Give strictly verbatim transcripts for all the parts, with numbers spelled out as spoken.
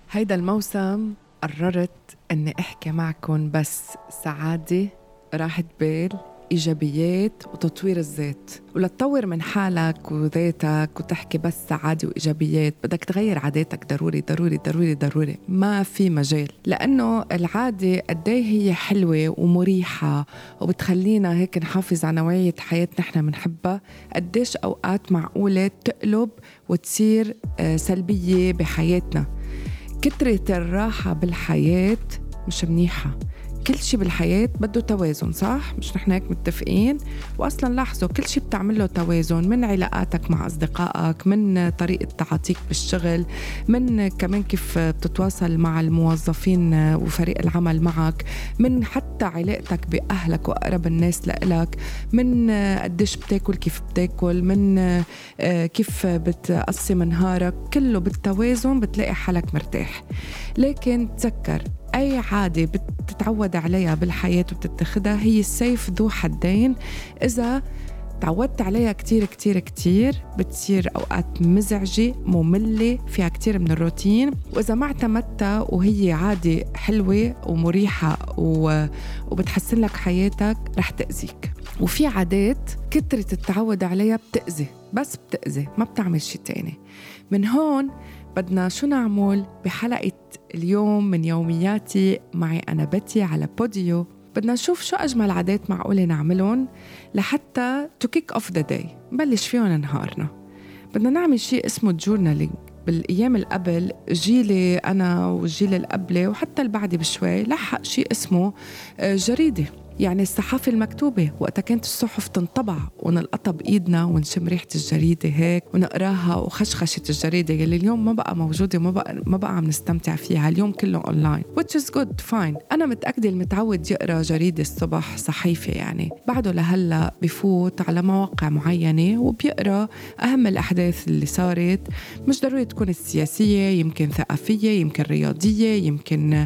هيدا الموسم قررت أني أحكي معكم بس سعادة، راحة بال، إيجابيات وتطوير الذات. ولتطور من حالك وذاتك وتحكي بس سعادة وإيجابيات بدك تغير عاداتك ضروري ضروري ضروري ضروري، ما في مجال. لأنه العادة قديه هي حلوة ومريحة وبتخلينا هيك نحافظ على نوعية حياة نحن منحبها، قديش أوقات معقولة تقلب وتصير سلبية بحياتنا. كترة الراحة بالحياة مش منيحة. كل شي بالحياة بده توازن، صح؟ مش نحن هيك متفقين؟ وأصلاً لاحظوا كل شي بتعمله توازن، من علاقاتك مع أصدقائك، من طريقة تعاطيك بالشغل، من كمان كيف بتتواصل مع الموظفين وفريق العمل معك، من حتى علاقتك بأهلك وأقرب الناس لإلك، من قديش بتاكل، كيف بتاكل، من كيف بتقسم نهارك، كله بالتوازن بتلاقي حالك مرتاح. لكن تذكر أي عادة بتتعود عليها بالحياة وبتتخذها هي السيف ذو حدين. إذا تعودت عليها كتير كتير كتير بتصير أوقات مزعجة مملة فيها كتير من الروتين، وإذا ما اعتمدتها وهي عادة حلوة ومريحة وبتحسن لك حياتك رح تأذيك. وفي عادات كترة التعود عليها بتأذي، بس بتأذي، ما بتعمل شي تاني. من هون بدنا شو نعمل بحلقة اليوم من يومياتي معي أنا بتي على بوديو. بدنا نشوف شو أجمل عادات معقولة نعملهم لحتى to kick off the day، نبلش فيهم نهارنا. بدنا نعمل شيء اسمه journaling. بالأيام القبل جيلي أنا والجيل القبلي وحتى البعدي بشوي لحق شيء اسمه جريدة، يعني الصحافة المكتوبة. وقتها كانت الصحف تنطبع ونلقطها بإيدنا ونشم ريحة الجريدة هيك ونقراها، وخشخشة الجريدة اللي اليوم ما بقى موجودة، ما بقى ما بقى عم نستمتع فيها. اليوم كله أونلاين which is good fine. أنا متأكدة المتعود يقرأ جريدة الصبح صحيفة يعني بعده لهلا بفوت على مواقع معينة وبيقرأ أهم الأحداث اللي صارت، مش ضروري تكون السياسية، يمكن ثقافية، يمكن رياضية، يمكن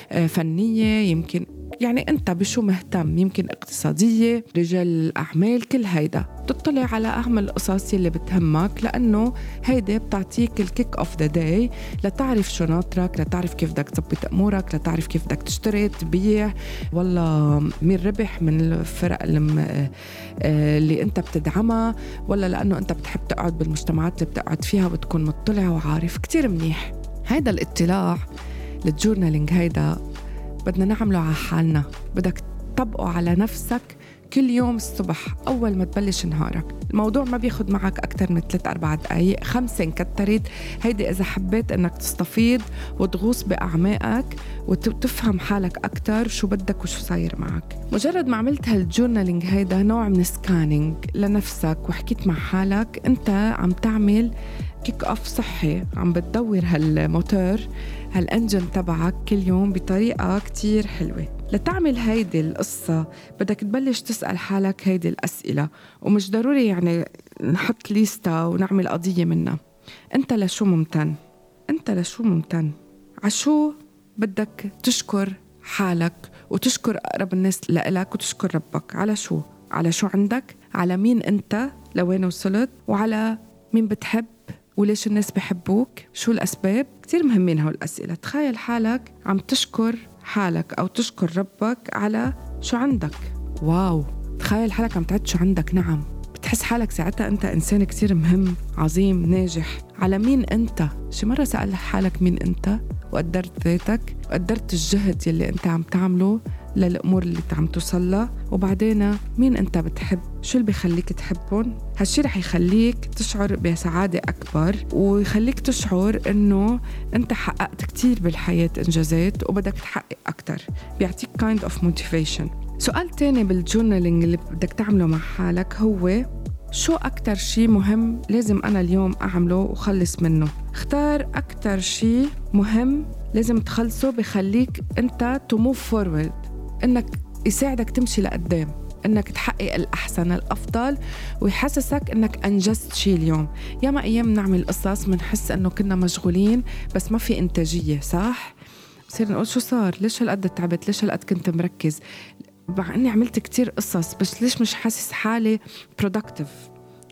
فنية، يمكن يعني أنت بشو مهتم، يمكن اقتصادية، رجال الأعمال، كل هيدا تطلع على أهم القصص اللي بتهمك، لأنه هيدا بتعطيك الكيك أوف ذا داي لتعرف شو ناطرك، لتعرف كيف بدك تظبط أمورك، لتعرف كيف بدك تشتري تبيع، والله مين ربح من الفرق اللي, اللي أنت بتدعمها، ولا لأنه أنت بتحب تقعد بالمجتمعات اللي بتقعد فيها وتكون مطلع وعارف. كتير منيح هيدا الاطلاع للجورنالينج. هيدا بدنا نعمله على حالنا، بدك تطبقه على نفسك كل يوم الصبح أول ما تبلش نهارك. الموضوع ما بياخد معك أكتر من ثلاث أربع دقايق، خمسة انكترت. هيدي إذا حبيت أنك تستفيض وتغوص بأعماقك وتفهم حالك أكتر شو بدك وشو صاير معك. مجرد ما عملت هالجورنالينج هيدا نوع من سكانينج لنفسك وحكيت مع حالك، أنت عم تعمل كيك أوف صحي، عم بتدور هالموتور هالانجن تبعك كل يوم بطريقة كتير حلوة. لتعمل هيدي القصة بدك تبلش تسأل حالك هيدي الأسئلة، ومش ضروري يعني نحط ليستة ونعمل قضية منها. أنت لشو ممتن؟ أنت لشو ممتن؟ عشو بدك تشكر حالك وتشكر أقرب الناس لإلك وتشكر ربك؟ على شو؟ على شو عندك؟ على مين أنت؟ لوين وصلت؟ وعلى مين بتحب؟ وليش الناس بحبوك؟ شو الأسباب؟ كتير مهمين هول الأسئلة. تخيل حالك عم تشكر حالك أو تشكر ربك على شو عندك. واو، تخيل حالك عم تعد شو عندك. نعم، بتحس حالك ساعتها أنت إنسان كتير مهم، عظيم، ناجح. على مين أنت؟ شي مرة سأل حالك مين أنت وقدرت ذاتك وقدرت الجهد يلي أنت عم تعمله للأمور اللي عم توصلها؟ وبعدين مين أنت بتحب؟ شو اللي بيخليك تحبهم؟ هالشي رح يخليك تشعر بسعادة أكبر ويخليك تشعر أنه أنت حققت كتير بالحياة إنجازات وبدك تحقق أكتر. بيعطيك kind of motivation. سؤال تاني بالجورنالينج اللي بدك تعمله مع حالك هو شو أكتر شي مهم لازم أنا اليوم أعمله وخلص منه. اختار أكتر شي مهم لازم تخلصه بخليك أنت to move forward، إنك يساعدك تمشي لقدام، إنك تحقق الأحسن الأفضل ويحسسك إنك أنجزت شي اليوم. ياما أيام نعمل قصص منحس إنه كنا مشغولين بس ما في إنتاجية، صح؟ بصير نقول شو صار؟ ليش هالقد تعبت؟ ليش هالقد كنت مركز؟ مع إني عملت كتير قصص بس ليش مش حاسس حالي productive؟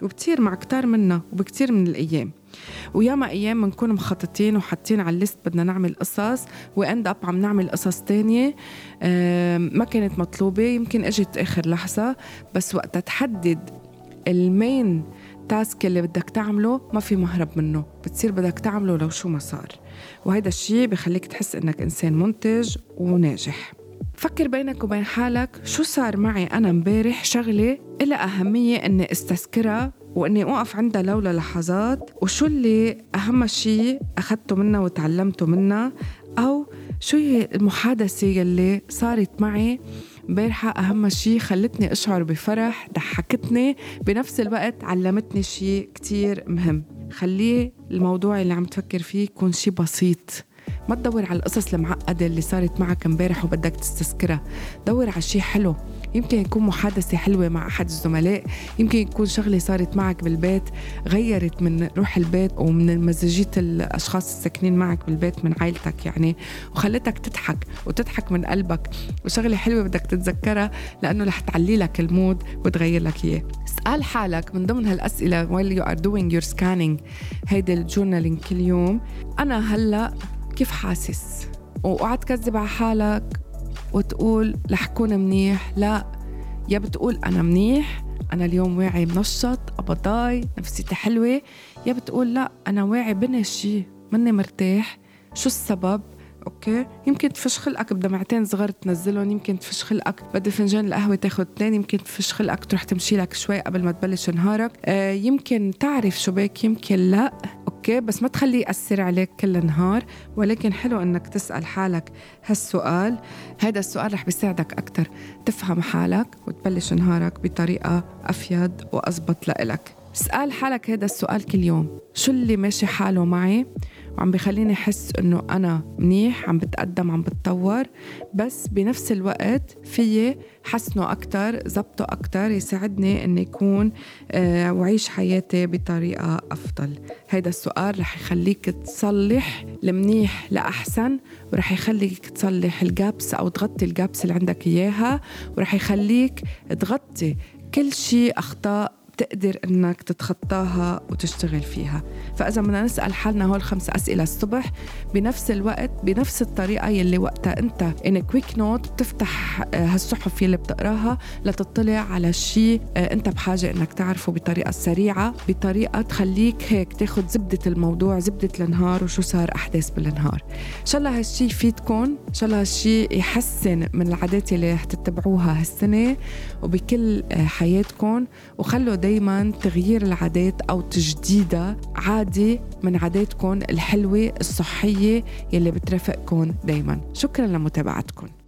وبتصير مع كتار منا وبكتير من الأيام. وياما أيام منكون مخططين وحاطين على الليست بدنا نعمل قصص وإند أب عم نعمل قصص تانية ما كانت مطلوبة، يمكن أجت آخر لحظة، بس وقتها تحدد المين تاسك اللي بدك تعمله ما في مهرب منه، بتصير بدك تعمله لو شو ما صار. وهذا الشيء بيخليك تحس إنك إنسان منتج وناجح. فكر بينك وبين حالك شو صار معي أنا مبارح شغلة إلها أهمية إني استذكرها وإني أوقف عندها لولا لحظات، وشو اللي أهم شيء أخذته منها وتعلمته منها، أو شو هي المحادثة يلي صارت معي مبارحة أهم شيء خلتني أشعر بفرح، ضحكتني، بنفس الوقت علمتني شيء كتير مهم. خليه الموضوع اللي عم تفكر فيه يكون شيء بسيط، ما تدور على القصص المعقدة اللي صارت معك مبارح وبدك تستذكرها. دور على شيء حلو، يمكن يكون محادثة حلوة مع أحد الزملاء، يمكن يكون شغلة صارت معك بالبيت غيرت من روح البيت ومن مزاجية الأشخاص الساكنين معك بالبيت من عائلتك يعني، وخلتك تضحك وتضحك من قلبك، وشغلة حلوة بدك تتذكرها لأنه رح تعلي لك المود وتغير لك إياه. اسأل حالك من ضمن هالأسئلة while you are doing your scanning هيدا الجورنالينج كل يوم، أنا هلأ كيف حاسس؟ وقعد تكذب على حالك وتقول رح كون منيح. لا، يا بتقول أنا منيح، أنا اليوم واعي منشط أبضاي نفسيتي حلوة، يا بتقول لا أنا واعي بنشي مني مرتاح. شو السبب؟ أوكي، يمكن تفش خلقك بدمعتين صغار تنزلهم، يمكن تفش خلقك بدل فنجان القهوة تاخد اثنين، يمكن تفش خلقك تروح تمشي لك شوي قبل ما تبلش نهارك، آه يمكن تعرف شو بك، يمكن لا. أوكي، بس ما تخليه يأثر عليك كل نهار، ولكن حلو أنك تسأل حالك هالسؤال. هذا السؤال رح بيساعدك أكتر تفهم حالك وتبلش نهارك بطريقة أفيد وأزبط لإلك. اسأل حالك هذا السؤال كل يوم، شو اللي ماشي حاله معي وعم بيخليني أحس أنه أنا منيح، عم بتقدم، عم بتطور، بس بنفس الوقت فيه حسنه أكتر، زبطه أكتر، يساعدني أن يكون آه وعيش حياتي بطريقة أفضل. هيدا السؤال رح يخليك تصلح المنيح لأحسن، ورح يخليك تصلح الجابس أو تغطي الجابس اللي عندك إياها، ورح يخليك تغطي كل شيء أخطاء تقدر أنك تتخطاها وتشتغل فيها. فإذا بدنا نسأل حالنا هول خمس أسئلة الصبح بنفس الوقت بنفس الطريقة يلي وقتها أنت إن كويك نوت بتفتح هالصحف يلي بتقراها لتطلع على شيء أنت بحاجة أنك تعرفه بطريقة سريعة، بطريقة تخليك هيك تاخد زبدة الموضوع، زبدة النهار وشو صار أحداث بالنهار. إن شاء الله هالشي يفيدكم، إن شاء الله هالشي يحسن من العادات اللي رح تتبعوها هالسنة وبكل حياتكم، وخلوا دايما تغيير العادات أو تجديدها عادي من عاداتكم الحلوة الصحية يلي بترافقكم دايما. شكرا لمتابعتكم.